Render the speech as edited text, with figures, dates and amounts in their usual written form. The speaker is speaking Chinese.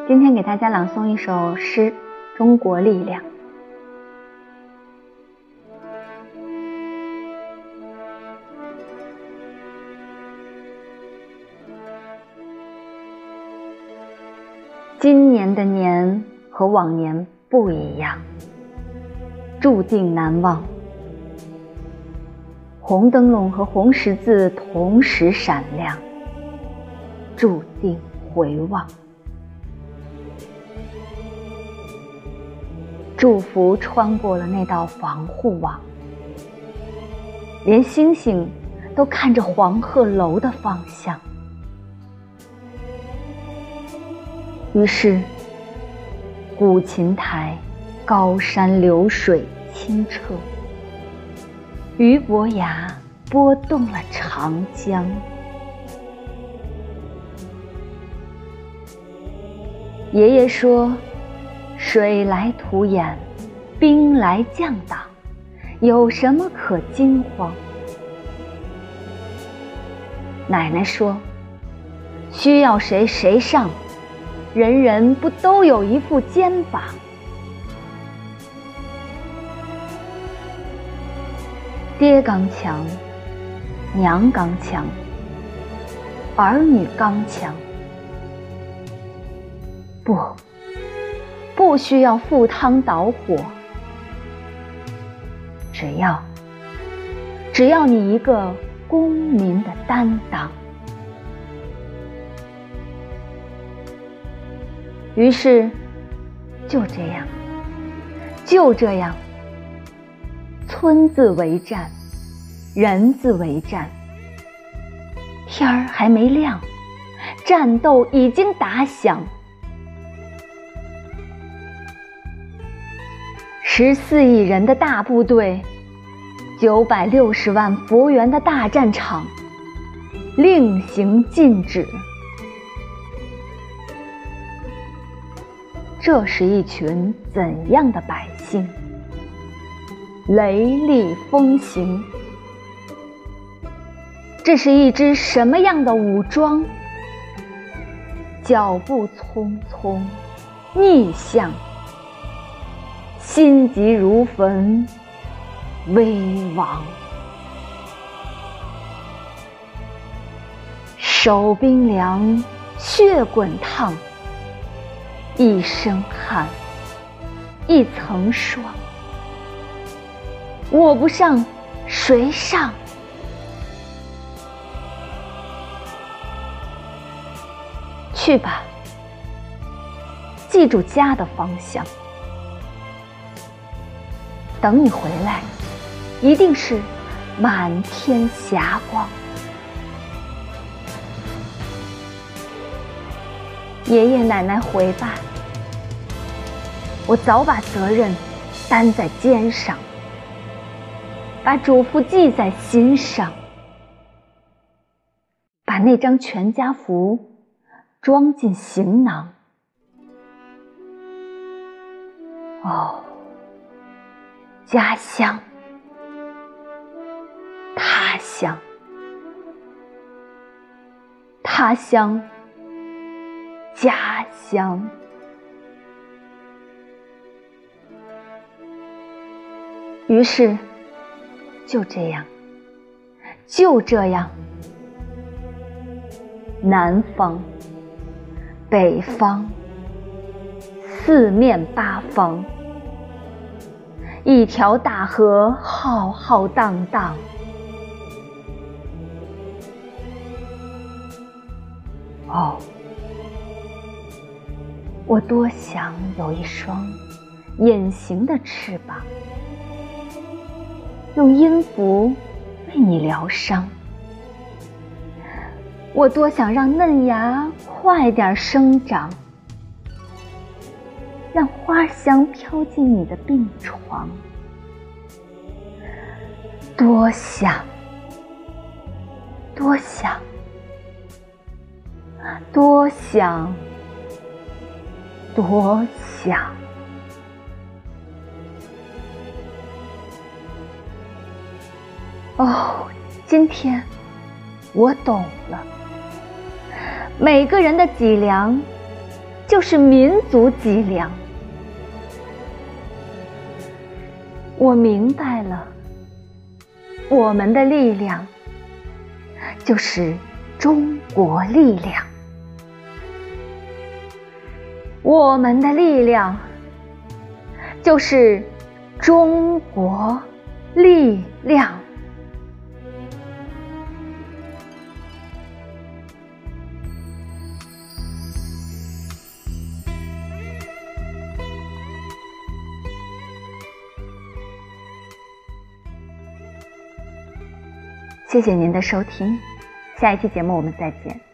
今天给大家朗诵一首诗《中国力量》。今年的年和往年不一样，注定难忘。红灯笼和红十字同时闪亮，注定回望。祝福穿过了那道防护网，连星星都看着黄鹤楼的方向。于是古琴台，高山流水清澈，俞伯牙拨动了长江。爷爷说，水来土掩，兵来将挡，有什么可惊慌？奶奶说，需要谁谁上，人人不都有一副肩膀？爹刚强，娘刚强，儿女刚强。不需要赴汤蹈火，只要你一个公民的担当。于是就这样，村自为战，人自为战。天儿还没亮，战斗已经打响。14亿人的大部队，960万佛员的大战场，令行禁止。这是一群怎样的百姓？雷厉风行。这是一支什么样的武装？脚步匆匆，逆向，心急如焚，危亡。手冰凉，血滚烫，一身汗，一层霜。我不上，谁上？去吧，记住家的方向。等你回来，一定是满天霞光。爷爷奶奶回吧，我早把责任担在肩上，把嘱咐记在心上，把那张全家福装进行囊。哦，家乡，他乡，他乡，家乡。于是就这样，南方、北方、四面八方，一条大河浩浩荡荡。哦，我多想有一双隐形的翅膀，用音符为你疗伤。我多想让嫩芽快点生长，让花香飘进你的病床。多想，多想，多想，多想。哦，今天我懂了，每个人的脊梁就是民族脊梁。我明白了，我们的力量就是中国力量，我们的力量就是中国力量。谢谢您的收听，下一期节目我们再见。